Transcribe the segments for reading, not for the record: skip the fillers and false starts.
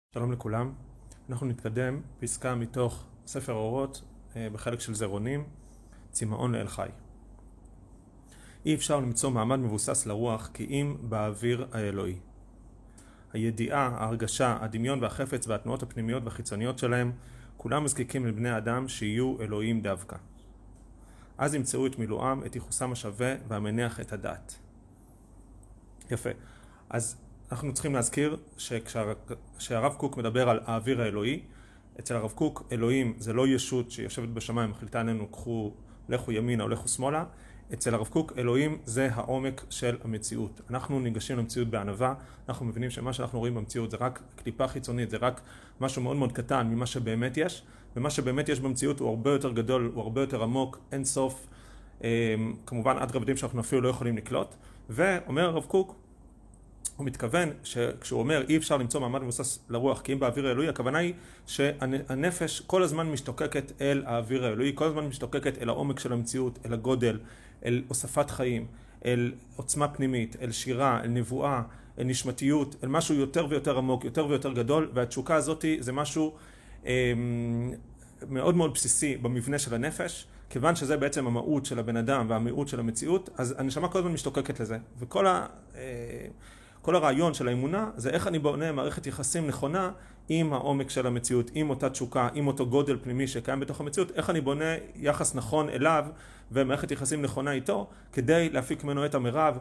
שלום לכולם, אנחנו נתקדם פסקה מתוך ספר אורות בחלק של זרעונים, צמאון לאל חי. אי אפשר למצוא מעמד מבוסס לרוח כי אם באוויר האלוהי. הידיעה, ההרגשה, הדמיון והחפץ והתנועות הפנימיות והחיצוניות שלהם, כולם מזקיקים לבני האדם שיהיו אלוהים דווקא. אז ימצאו את מילואם, את ייחוסם השווה והמניח את הדעת. יפה. אז אנחנו צריכים להזכיר שכשהרב קוק מדבר על האוויר האלוהי, אצל הרב קוק אלוהים זה לא ישות שיושבת בשמיים, מחליטה עלינו לכו ימינה או לכו שמאלה. אצל הרב קוק אלוהים זה העומק של המציאות. אנחנו ניגשים למציאות בענווה, אנחנו מבינים שמה שאנחנו רואים במציאות זה רק קליפה חיצונית, זה רק משהו מאוד מאוד קטן ממה שבאמת יש, ומה שבאמת יש במציאות הוא הרבה יותר גדול, הוא הרבה יותר עמוק, אין סוף, כמובן עד רבדים שאנחנו אפילו לא יכולים לקלוט. ואומר הרב קוק, הוא מתכוון שכשהוא אומר אי אפשר למצוא מעמד מבוסס לרוח כי אם באוויר האלוהי, הכוונה היא שהנפש כל הזמן משתוקקת אל האוויר האלוהי, כל הזמן משתוקקת אל העומק של המציאות, אל הגודל, אל הוספת חיים, אל עוצמה פנימית, אל שירה, אל נבואה, אל נשמתיות, אל משהו יותר ויותר עמוק, יותר ויותר גדול. והתשוקה הזאת זה משהו מאוד מאוד בסיסי במבנה של הנפש, כיוון שזה בעצם המהות של הבן אדם והמיעוט של המציאות, אז הנשמה כל הזמן משתוקקת לזה. כל הרעיון של האמונה זה איך אני בונה מערכת יחסים נכונה עם העומק של המציאות, עם אותה תשוקה, עם אותו גודל פנימי שקיים בתוך המציאות, איך אני בונה יחס נכון אליו ומערכת יחסים נכונה איתו, כדי להפיק ממנו את המרב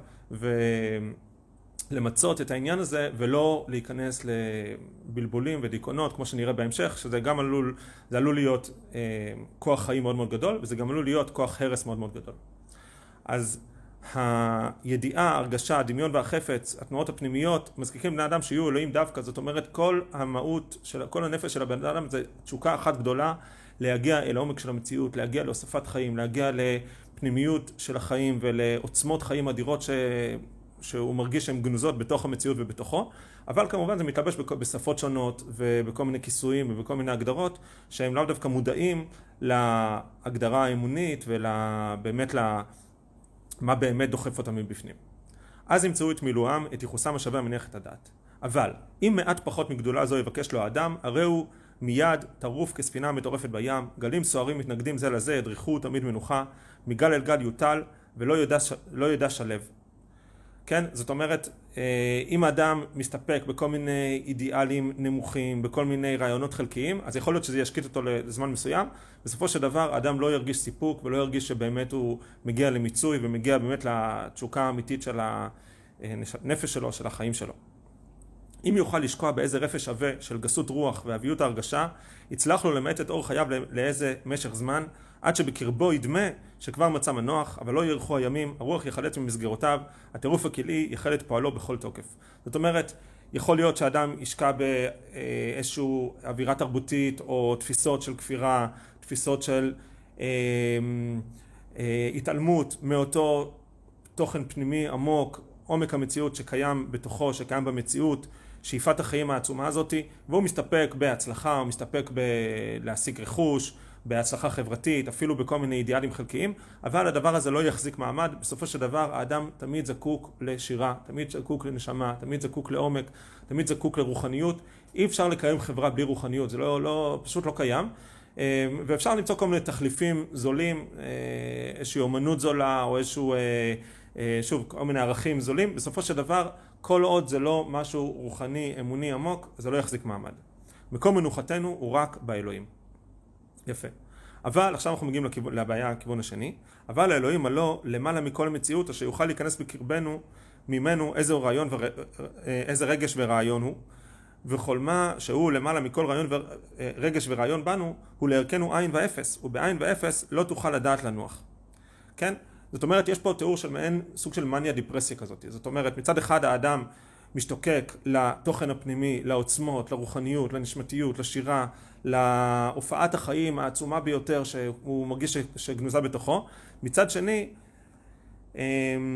ולמצות את העניין הזה, ולא להיכנס לבלבולים ודיכאונות, כמו שנראה בהמשך, שזה גם עלול להיות כוח חיים מאוד מאוד גדול, וזה גם עלול להיות כוח הרס מאוד מאוד גדול. אז הידיעה, ההרגשה, הדמיון והחפץ, התנועות הפנימיות, מזקיקים בני אדם שיהיו אלוהים דווקא. זאת אומרת, כל המהות של כל הנפש של הבן אדם זה תשוקה אחת גדולה להגיע אל העומק של המציאות, להגיע להוספת חיים, להגיע לפנימיות של החיים ולעוצמות חיים אדירות שהוא מרגיש שהן גנוזות בתוך המציאות ובתוכו. אבל כמובן זה מתלבש בשפות שונות ובכל מיני כיסויים ובכל מיני הגדרות שהם לאו דווקא מודעים להגדרה האמונית ובאמת מה באמת דוחף אותם מבפנים. אז ימצאו את מילואם, את ייחוסם השווה המניח את הדעת. אבל אם מעט פחות מגדולה זו יבקש לו האדם, הרי הוא מיד טרוף כספינה מטורפת בים, גלים סוערים מתנגדים זה לזה, ידריכו תמיד מנוחה, מגל אל גל יוטל ולא ידע שלב. כן? זאת אומרת, אם האדם מסתפק בכל מיני אידיאלים נמוכים, בכל מיני רעיונות חלקיים, אז יכול להיות שזה ישקיט אותו לזמן מסוים. בסופו של דבר, האדם לא ירגיש סיפוק ולא ירגיש שבאמת הוא מגיע למיצוי ומגיע באמת לתשוקה האמיתית של הנפש שלו, של החיים שלו. אם יוכל לשקוע באיזה רפש שווה של גסות רוח ואביות ההרגשה, יצלח לו למעט את אור חייו לאיזה משך זמן, עד שבקרבו ידמה שכבר מצא מנוח, אבל לא ירחו הימים, הרוח יחלץ ממסגרותיו, הטירוף הכלאי יחל את פועלו בכל תוקף. זאת אומרת, יכול להיות שאדם ישקע באיזשהו אווירה תרבותית, או תפיסות של כפירה, תפיסות של התעלמות מאותו תוכן פנימי עמוק, עומק המציאות שקיים בתוכו, שקיים במציאות, שאיפת החיים העצומה הזאת, והוא מסתפק בהצלחה, הוא מסתפק בלהשיג רכוש, בהצלחה חברתית, אפילו בכל מיני אידיאלים חלקיים, אבל הדבר הזה לא יחזיק מעמד. בסופו של דבר, האדם תמיד זקוק לשירה, תמיד זקוק לנשמה, תמיד זקוק לעומק, תמיד זקוק לרוחניות. אי אפשר לקיים חברה בלי רוחניות, זה פשוט לא קיים. ואפשר למצוא כל מיני תחליפים זולים, איזושהי אומנות זולה, או איזשהו, שוב, כל מיני ערכים זולים. בסופו של דבר, כל עוד זה לא משהו רוחני, אמוני עמוק, זה לא יחזיק מעמד. מקום מנוחתנו הוא רק באלוהים. יפה. אבל עכשיו אנחנו מגיעים לבעיה, הכיוון השני. אבל האלוהים הלא למעלה מכל המציאות, אשר יוכל להיכנס בקרבנו, ממנו איזה רגש ורעיון הוא, וכל מה שהוא למעלה מכל רגש ורעיון בנו, הוא לערכנו עין ואפס, ובעין ואפס לא תוכל לדעת לנוח. כן? זאת אומרת, יש פה תיאור של מעין סוג של מניה דיפרסיה כזאת. זאת אומרת, מצד אחד האדם משתוקק לתוכן הפנימי, לעוצמות, לרוחניות, לנשמתיות, לשירה, להופעת החיים העצומה ביותר שהוא מרגיש שגנוזה בתוכו. מצד שני,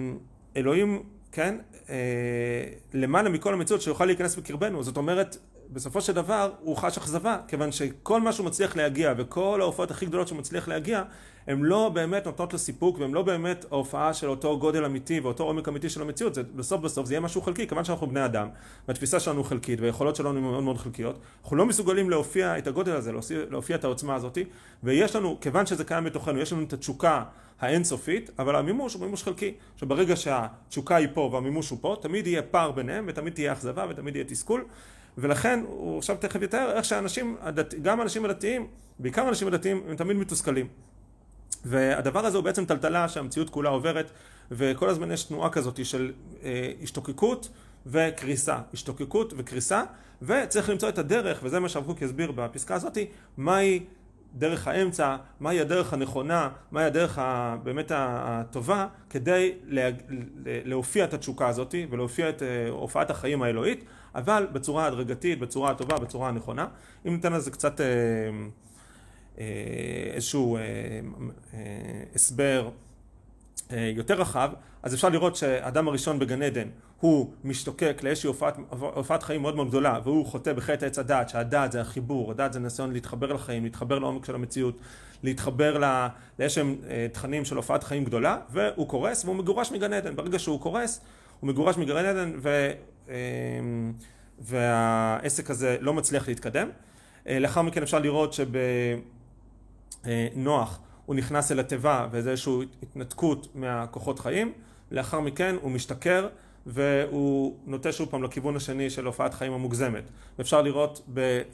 אלוהים, כן, למעלה מכל המציאות שיוכל להיכנס בקרבנו. זאת אומרת, בסופו של דבר הוא חש אכזבה, כיוון שכל מה שהוא מצליח להגיע וכל ההופעות הכי גדולות שהוא מצליח להגיע, הם לא באמת נותנות לו סיפוק, והם לא באמת ההופעה של אותו גודל אמיתי ואותו עומק אמיתי של המציאות. בסוף זה יהיה משהו חלקי, כיוון שאנחנו בני אדם, והתפיסה שלנו חלקית, והיכולות שלנו הן מאוד מאוד חלקיות. אנחנו לא מסוגלים להופיע את הגודל הזה, להופיע את העוצמה הזאת, ויש לנו, כיוון שזה קיים בתוכנו, יש לנו את התשוקה האינסופית, אבל המימוש הוא מימוש חלקי, שברגע שהתשוקה היא פה והמימוש הוא פה, תמיד יהיה פער ביניהם, ותמיד תהיה אכזבה, ותמיד יהיה תסכול. ולכן הוא עכשיו תכף יתאר איך שאנשים, גם אנשים הדתיים, בעיקר אנשים הדתיים, הם תמיד מתוסכלים. והדבר הזה הוא בעצם טלטלה שהמציאות כולה עוברת, וכל הזמן יש תנועה כזאת של השתוקקות וקריסה, השתוקקות וקריסה, וצריך למצוא את הדרך, וזה מה שהרב קוק יסביר בפסקה הזאת, מהי דרך האמצע, מהי הדרך הנכונה, מהי הדרך באמת הטובה, כדי להופיע את התשוקה הזאת, ולהופיע את הופעת החיים האלוהית, אבל בצורה הדרגתית, בצורה הטובה, בצורה הנכונה. אם ניתן לזה קצת איזשהו הסבר יותר רחב, אז אפשר לראות שהאדם הראשון בגן עדן הוא משתוקק לאיזושהי הופעת חיים מאוד מאוד גדולה, והוא חוטא בחטא עץ הדעת, שהדעת זה החיבור, הדעת זה ניסיון להתחבר לחיים, להתחבר לעומק של המציאות, להתחבר לאיזשהם תכנים של הופעת חיים גדולה, והוא קורס והוא מגורש מגן עדן. ברגע שהוא קורס, הוא מגורש מגן עדן והעסק הזה לא מצליח להתקדם. לאחר מכן אפשר לראות שבנוח הוא נכנס אל התיבה וזה איזושהי התנתקות מהכוחות חיים. לאחר מכן הוא משתכר והוא נוטה שוב פעם לכיוון השני של הופעת חיים המוגזמת. ואפשר לראות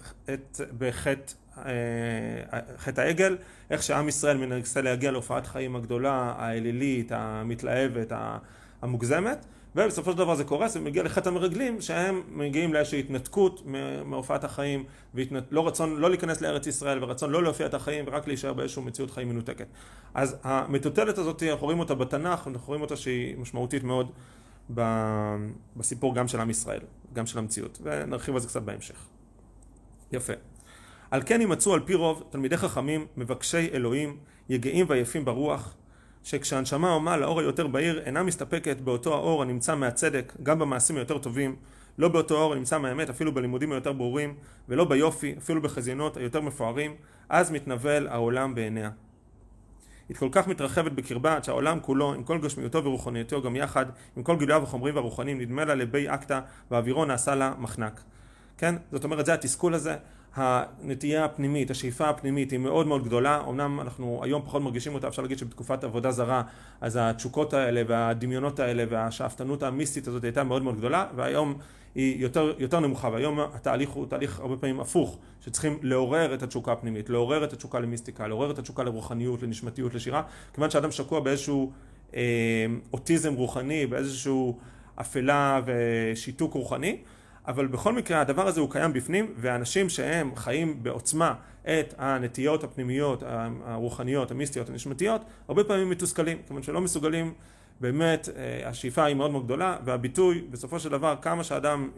בחטא העגל איך שעם ישראל מנסה להגיע להופעת חיים הגדולה, האלילית, המתלהבת, המוגזמת, ובסופו של דבר זה קורס ומגיע לחטא המרגלים, שהם מגיעים לאיזושהי התנתקות מהופעת החיים, רצון לא להיכנס לארץ ישראל, ורצון לא להופיע את החיים, ורק להישאר באיזושהי מציאות חיים מנותקת. אז המטוטלת הזאת, אנחנו רואים אותה בתנ"ך, אנחנו רואים אותה שהיא משמעותית מאוד בסיפור גם של עם ישראל, גם של המציאות, ונרחיב על זה קצת בהמשך. יפה. על כן ימצאו על פי רוב תלמידי חכמים, מבקשי אלוהים, יגעים ויפים ברוח, שכשהנשמה הומה לאור היותר בהיר אינה מסתפקת באותו האור הנמצא מהצדק, גם במעשים היותר טובים, לא באותו האור הנמצא מהאמת, אפילו בלימודים היותר ברורים, ולא ביופי, אפילו בחזיונות היותר מפוארים, אז מתנבל העולם בעיניה. היא כל כך מתרחבת בקרבה, עד שהעולם כולו, עם כל גשמיותו ורוחניותו גם יחד, עם כל גילויו החומריים והרוחניים, נדמה לה לבי אקטה, והאווירו נעשה לה מחנק. כן? זאת אומרת, זה התסכול הזה. הנטייה הפנימית, השאיפה הפנימית היא מאוד מאוד גדולה. אמנם אנחנו היום פחות מרגישים אותה, אפשר להגיד שבתקופת עבודה זרה, אז התשוקות האלה והדמיונות האלה והשאפתנות המיסטית הזאת הייתה מאוד מאוד גדולה, והיום היא יותר נמוכה, והיום התהליך הוא תהליך הרבה פעמים הפוך, שצריכים לעורר את התשוקה הפנימית, לעורר את התשוקה למיסטיקה, לעורר את התשוקה לרוחניות, לנשמתיות, לשירה, כיוון שאדם שקוע באיזשהו אוטיזם רוחני, באיזשהו אפלה ושיתוק רוחני, אבל בכל מקרה הדבר הזה הוא קיים בפנים, ואנשים שהם חיים בעוצמה את הנטיות הפנימיות, הרוחניות, המיסטיות, הנשמתיות, הרבה פעמים מתוסכלים, כיוון שלא מסוגלים, באמת השאיפה היא מאוד מאוד גדולה, והביטוי בסופו של דבר כמה שאדם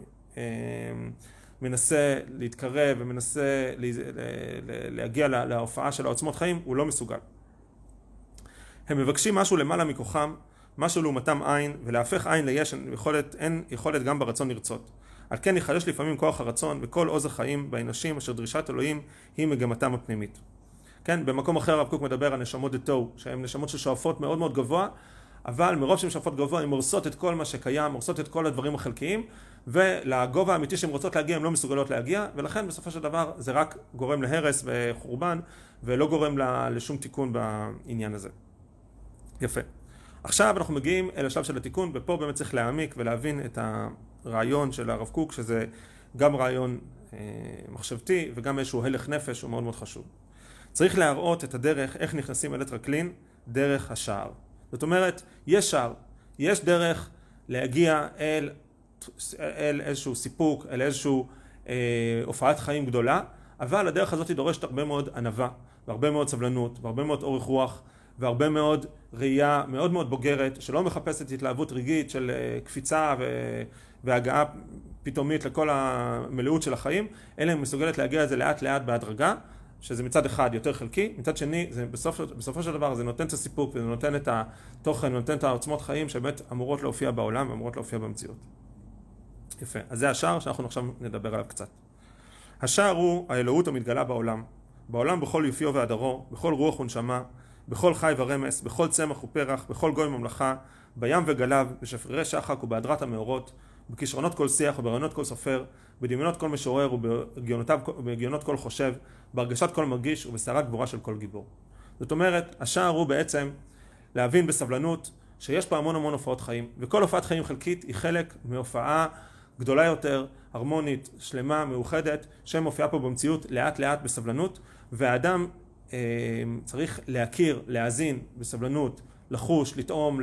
מנסה להתקרב ומנסה להגיע להופעה של העוצמות חיים, הוא לא מסוגל. הם מבקשים משהו למעלה מכוחם, משהו לעומתם עין, ולהפך עין ליש אין יכולת גם ברצון לרצות. על כן יחדש לפעמים כוח הרצון וכל עוז החיים באנשים אשר דרישת אלוהים היא מגמתם הפנימית. כן, במקום אחר הרב קוק מדבר על נשמות דתו, שהן נשמות ששואפות מאוד מאוד גבוה, אבל מרוב שהן שואפות גבוה הן הורסות את כל מה שקיים, הורסות את כל הדברים החלקיים, ולגובה האמיתי שהן רוצות להגיע הן לא מסוגלות להגיע, ולכן בסופו של דבר זה רק גורם להרס וחורבן, ולא גורם לשום תיקון בעניין הזה. יפה. עכשיו אנחנו מגיעים אל השלב של התיקון, ופה באמת צריך להעמיק ולהבין את הרעיון של הרב קוק, שזה גם רעיון מחשבתי וגם איזשהו הלך נפש, הוא מאוד מאוד חשוב. צריך להראות את הדרך איך נכנסים אל הטרקלין, דרך השער. זאת אומרת, יש שער, יש דרך להגיע אל איזשהו סיפוק, אל איזשהו הופעת חיים גדולה, אבל הדרך הזאת דורשת הרבה מאוד ענווה, והרבה מאוד סבלנות, והרבה מאוד אורך רוח, והרבה מאוד ראייה מאוד מאוד בוגרת, שלא מחפשת התלהבות רגעית של קפיצה והגעה פתאומית לכל המלאות של החיים, אלא מסוגלת להגיע לזה לאט לאט בהדרגה, שזה מצד אחד יותר חלקי, מצד שני, זה בסופו של דבר זה נותן את הסיפוק, וזה נותן את התוכן, נותן את העוצמות חיים שבאמת אמורות להופיע בעולם, ואמורות להופיע במציאות. יפה, אז זה השער שאנחנו עכשיו נדבר עליו קצת. השער הוא האלוהות המתגלה בעולם. בעולם בכל יופיו והדרו, בכל רוח ונשמה, בכל חי ורמס, בכל צמח ופרח, בכל גוי ממלכה, בים וגליו, בשפרירי שחק ובהדרת המאורות, בכישרונות כל שיח וברעיונות כל סופר, בדמיונות כל משורר ובהגיונות כל חושב, בהרגשת כל מרגיש ובסערת גבורה של כל גיבור. זאת אומרת, השער הוא בעצם להבין בסבלנות שיש פה המון הופעות חיים, וכל הופעת חיים חלקית היא חלק מהופעה גדולה יותר, הרמונית, שלמה, מאוחדת, שמופיעה פה במציאות לאט לאט בסבלנות, והאדם צריך להכיר, להאזין בסבלנות, לחוש, לטעום,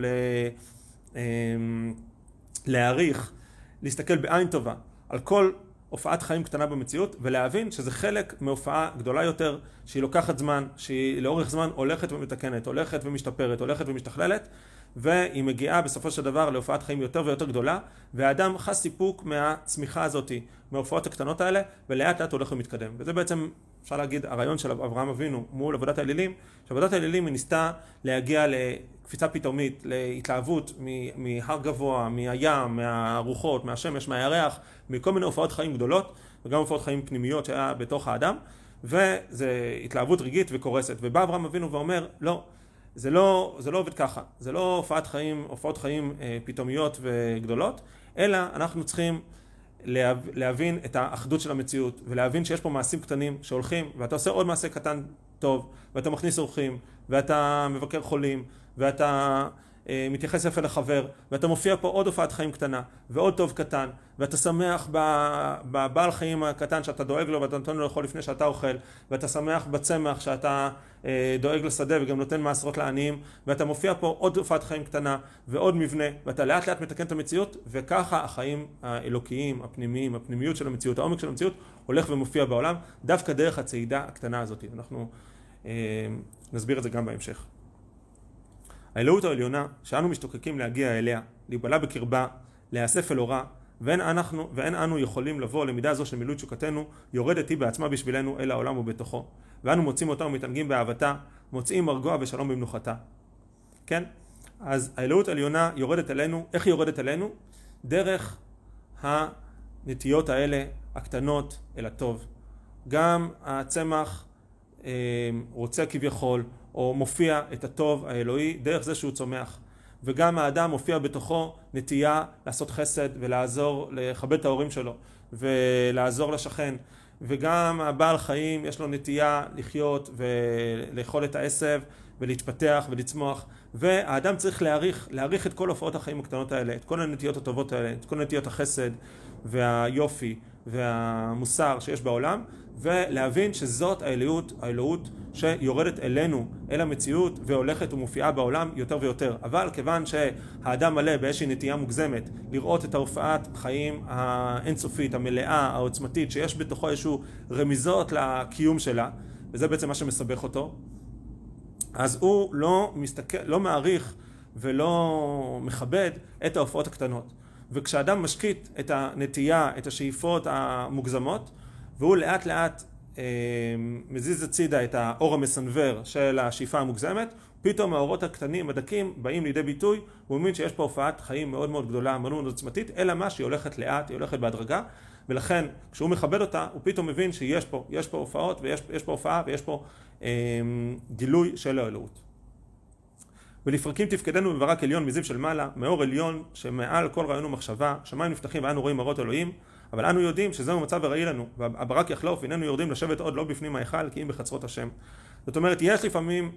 להעריך, להסתכל בעין טובה על כל הופעת חיים קטנה במציאות, ולהבין שזה חלק מהופעה גדולה יותר, שהיא לוקחת זמן, שהיא לאורך זמן הולכת ומתקנת, הולכת ומשתפרת, הולכת ומשתכללת, והיא מגיעה בסופו של דבר להופעת חיים יותר ויותר גדולה, והאדם חש סיפוק מהצמיחה הזאת, מההופעות הקטנות האלה, ולאט לאט הולך ומתקדם. וזה בעצם, אפשר להגיד, הרעיון של אברהם אבינו מול עבודת האלילים, שעבודת האלילים היא ניסתה להגיע לקפיצה פתאומית, להתלהבות מהר גבוה, מהים, מהרוחות, מהשמש, מהירח, מכל מיני הופעות חיים גדולות, וגם הופעות חיים פנימיות שהיה בתוך האדם, וזה התלהבות רגעית וקורסת. ובא אברהם אבינו ואומר, לא, זה לא עובד ככה, זה לא הופעות חיים פתאומיות וגדולות, אלא אנחנו צריכים להבין את האחדות של המציאות, ולהבין שיש פה מעשים קטנים שהולכים, ואתה עושה עוד מעשה קטן טוב, ואתה מכניס אורחים, ואתה מבקר חולים, ואתה מתייחס יפה לחבר, ואתה מופיע פה עוד הופעת חיים קטנה, ועוד טוב קטן, ואתה שמח בבעל חיים הקטן שאתה דואג לו, ואתה נותן לו לאכול לפני שאתה אוכל, ואתה שמח בצמח שאתה דואג לשדה וגם נותן מעשרות לעניים, ואתה מופיע פה עוד הופעת חיים קטנה, ועוד מבנה, ואתה לאט לאט מתקן את המציאות, וככה החיים האלוקיים, הפנימיים, הפנימיות של המציאות, העומק של המציאות, הולך ומופיע בעולם, דווקא דרך הצעידה הקטנה הזאת. אנחנו נסביר את זה גם בהמשך. האלוהות העליונה שאנו משתוקקים להגיע אליה, להיבלע בקרבה, להיאסף אל אורה, ואין אנו יכולים לבוא למידה זו של מילוי תשוקתנו, יורדת היא בעצמה בשבילנו אל העולם ובתוכו, ואנו מוצאים אותה ומתענגים באהבתה, מוצאים מרגוע ושלום במנוחתה. כן? אז האלוהות העליונה יורדת אלינו. איך היא יורדת אלינו? דרך הנטיות האלה הקטנות אל הטוב. גם הצמח רוצה כביכול, או מופיע את הטוב האלוהי דרך זה שהוא צומח. וגם האדם מופיע בתוכו נטייה לעשות חסד ולעזור, לכבד את ההורים שלו ולעזור לשכן. וגם הבעל חיים יש לו נטייה לחיות ולאכול את העשב ולהתפתח ולצמוח. והאדם צריך להעריך את כל הופעות החיים הקטנות האלה, את כל הנטיות הטובות האלה, את כל נטיות החסד והיופי והמוסר שיש בעולם, ולהבין שזאת האלוהות שיורדת אלינו, אל המציאות, והולכת ומופיעה בעולם יותר ויותר. אבל כיוון שהאדם מלא באיזושהי נטייה מוגזמת לראות את ההופעת חיים האינסופית, המלאה, העוצמתית, שיש בתוכו איזשהו רמיזות לקיום שלה, וזה בעצם מה שמסבך אותו, אז הוא לא מעריך ולא מכבד את ההופעות הקטנות. וכשאדם משקיט את הנטייה, את השאיפות המוגזמות, והוא לאט לאט מזיז הצידה את האור המסנבר של השאיפה המוגזמת, פתאום האורות הקטנים, הדקים, באים לידי ביטוי, הוא מבין שיש פה הופעת חיים מאוד מאוד גדולה, מאוד מאוד עוצמתית, אלא מה שהיא הולכת לאט, היא הולכת בהדרגה, ולכן כשהוא מכבד אותה, הוא פתאום מבין שיש פה הופעות, ויש פה הופעה, ויש פה גילוי של האלוהות. ולפרקים תפקדנו בברק עליון מזיו של מעלה, מאור עליון שמעל כל רעיון ומחשבה, שמיים נפתחים ואנו רואים מראות אלוהים, אבל אנו יודעים שזהו מצב הראי לנו, והברק יחלוף, ואיננו יורדים לשבת עוד לא בפנים ההיכל, כי אם בחצרות השם. זאת אומרת, יש לפעמים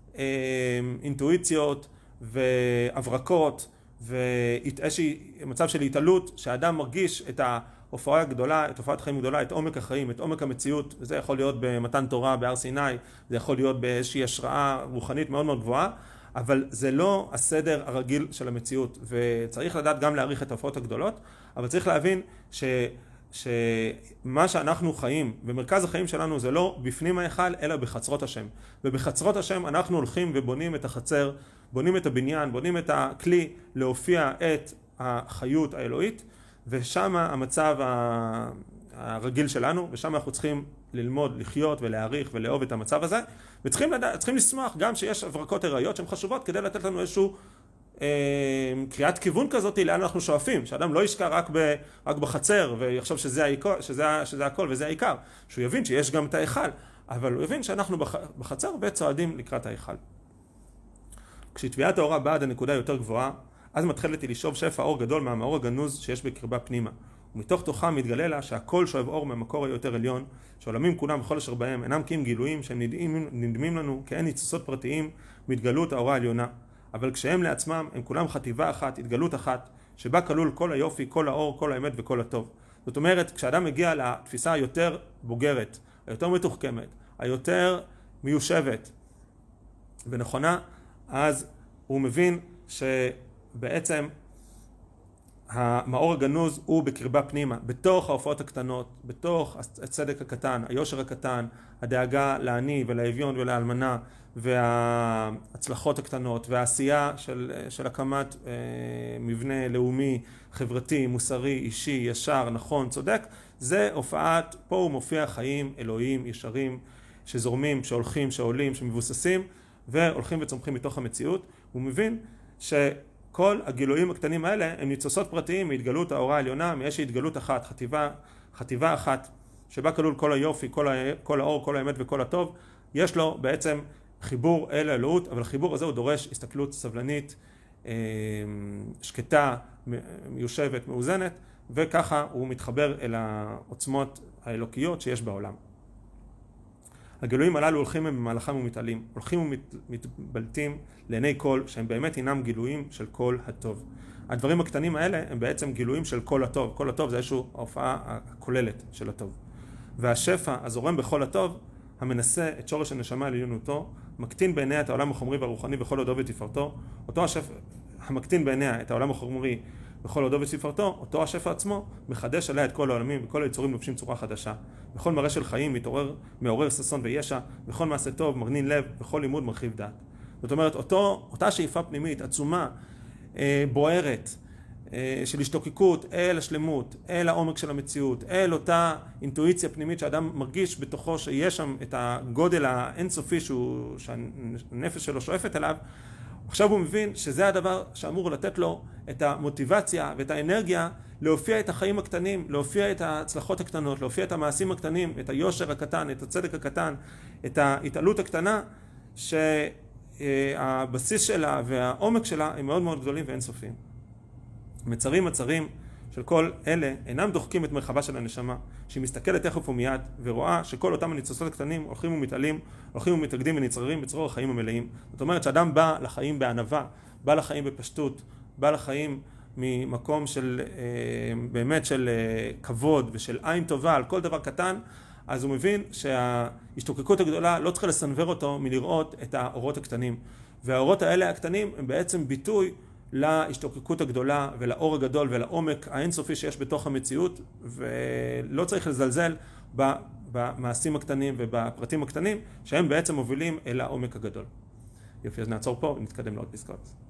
אינטואיציות והברקות, ואיזשהי מצב של התעלות, שהאדם מרגיש את ההופעה הגדולה, את הופעת חיים גדולה, את עומק החיים, את עומק המציאות, וזה יכול להיות במתן תורה בהר סיני, זה יכול להיות באיזושהי השראה רוחנית מאוד מאוד גבוהה, אבל זה לא הסדר הרגיל של המציאות, וצריך לדעת גם להעריך את ההופעות הגדולות, אבל צריך להבין שמה שאנחנו חיים, ומרכז החיים שלנו זה לא בפנים ההיכל, אלא בחצרות השם. ובחצרות השם אנחנו הולכים ובונים את החצר, בונים את הבניין, בונים את הכלי להופיע את החיות האלוהית, ושם המצב הרגיל שלנו, ושם אנחנו צריכים ללמוד, לחיות ולהעריך ולאהוב את המצב הזה, וצריכים לשמוח גם שיש הברקות הראיות שהן חשובות כדי לתת לנו איזשהו קריאת כיוון כזאת לאן אנחנו שואפים, שאדם לא ישקע רק בחצר ויחשוב שזה הכל וזה העיקר, שהוא יבין שיש גם את ההיכל, אבל הוא יבין שאנחנו בחצר וצועדים לקראת ההיכל. כשטביעת האורה באה עד הנקודה יותר גבוהה, אז מתחילת היא לשאוב שפע אור גדול מהמאור הגנוז שיש בקרבה פנימה, ומתוך תוכה מתגלה לה שהכל שואב אור מהמקור היותר עליון, שעולמים כולם וכל אשר בהם אינם כי אם גילויים שהם נדמים לנו כאין ניצוצות פרטיים מהתגלות האורה העליונה, אבל כשהם לעצמם הם כולם חטיבה אחת, התגלות אחת, שבה כלול כל היופי, כל האור, כל האמת וכל הטוב. זאת אומרת, כשאדם מגיע לתפיסה היותר בוגרת, היותר מתוחכמת, היותר מיושבת ונכונה, אז הוא מבין שבעצם המאור הגנוז הוא בקרבה פנימה, בתוך ההופעות הקטנות, בתוך הצדק הקטן, היושר הקטן, הדאגה לעני ולאביון ולאלמנה, וההצלחות הקטנות, והעשייה של הקמת מבנה לאומי, חברתי, מוסרי, אישי, ישר, נכון, צודק, זה הופעת, פה הוא מופיע חיים אלוהיים, ישרים, שזורמים, שהולכים, שעולים, שמבוססים, והולכים וצומחים מתוך המציאות. הוא מבין שכל הגילויים הקטנים האלה הם ניצוצות פרטיים מהתגלות האורה העליונה, מאיזושהי התגלות אחת, חטיבה אחת, שבה כלול כל היופי, כל האור, כל האמת וכל הטוב. יש לו בעצם חיבור אל האלוהות, אבל החיבור הזה הוא דורש הסתכלות סבלנית, שקטה, מיושבת, מאוזנת, וככה הוא מתחבר אל העוצמות האלוקיות שיש בעולם. הגילויים הללו הולכים במהלכם ומתעלים, הולכים ומתבלטים לעיני כל, שהם באמת אינם גילויים של כל הטוב. הדברים הקטנים האלה הם בעצם גילויים של כל הטוב. כל הטוב זה איזושהי ההופעה הכוללת של הטוב. והשפע הזורם בכל הטוב, המנסה את שורש הנשמה על עליונותו, מקטין בעיניה את העולם החומרי והרוחני בכל הודו ותפארתו. אותו השפע המקטין בעיניה את העולם החומרי בכל הודו ותפארתו, אותו השפע עצמו מחדש עליה את כל העולמים, וכל היצורים לובשים צורה חדשה. בכל מראה של חיים מעורר ששון וישע, בכל מעשה טוב מרנין לב, בכל לימוד מרחיב דעת. זאת אומרת, אותה שאיפה פנימית, עצומה, בוערת, של השתוקקות אל השלמות, אל העומק של המציאות, אל אותה אינטואיציה פנימית שאדם מרגיש בתוכו שיש שם את הגודל האינסופי שהנפש שלו שואפת אליו. עכשיו הוא מבין שזה הדבר שאמור לתת לו את המוטיבציה ואת האנרגיה להופיע את החיים הקטנים, להופיע את ההצלחות הקטנות, להופיע את המעשים הקטנים, את היושר הקטן, את הצדק הקטן, את ההתעלות הקטנה, שהבסיס שלה והעומק שלה הם מאוד מאוד גדולים ואינסופיים. מצרים של כל אלה אינם דוחקים את מרחבה של הנשמה, שהיא מסתכלת תכף ומיד ורואה שכל אותם הניצוצות הקטנים הולכים ומתעלים, הולכים ומתאגדים ונצררים בצרור החיים המלאים. זאת אומרת שאדם בא לחיים בענווה, בא לחיים בפשטות, בא לחיים ממקום של באמת של כבוד ושל עין טובה על כל דבר קטן, אז הוא מבין שההשתוקקות הגדולה לא צריכה לסנוור אותו מלראות את האורות הקטנים. והאורות האלה הקטנים הם בעצם ביטוי להשתוקקות הגדולה ולאור הגדול ולעומק האינסופי שיש בתוך המציאות, ולא צריך לזלזל במעשים הקטנים ובפרטים הקטנים שהם בעצם מובילים אל העומק הגדול. יופי, אז נעצור פה ונתקדם לעוד פסקאות.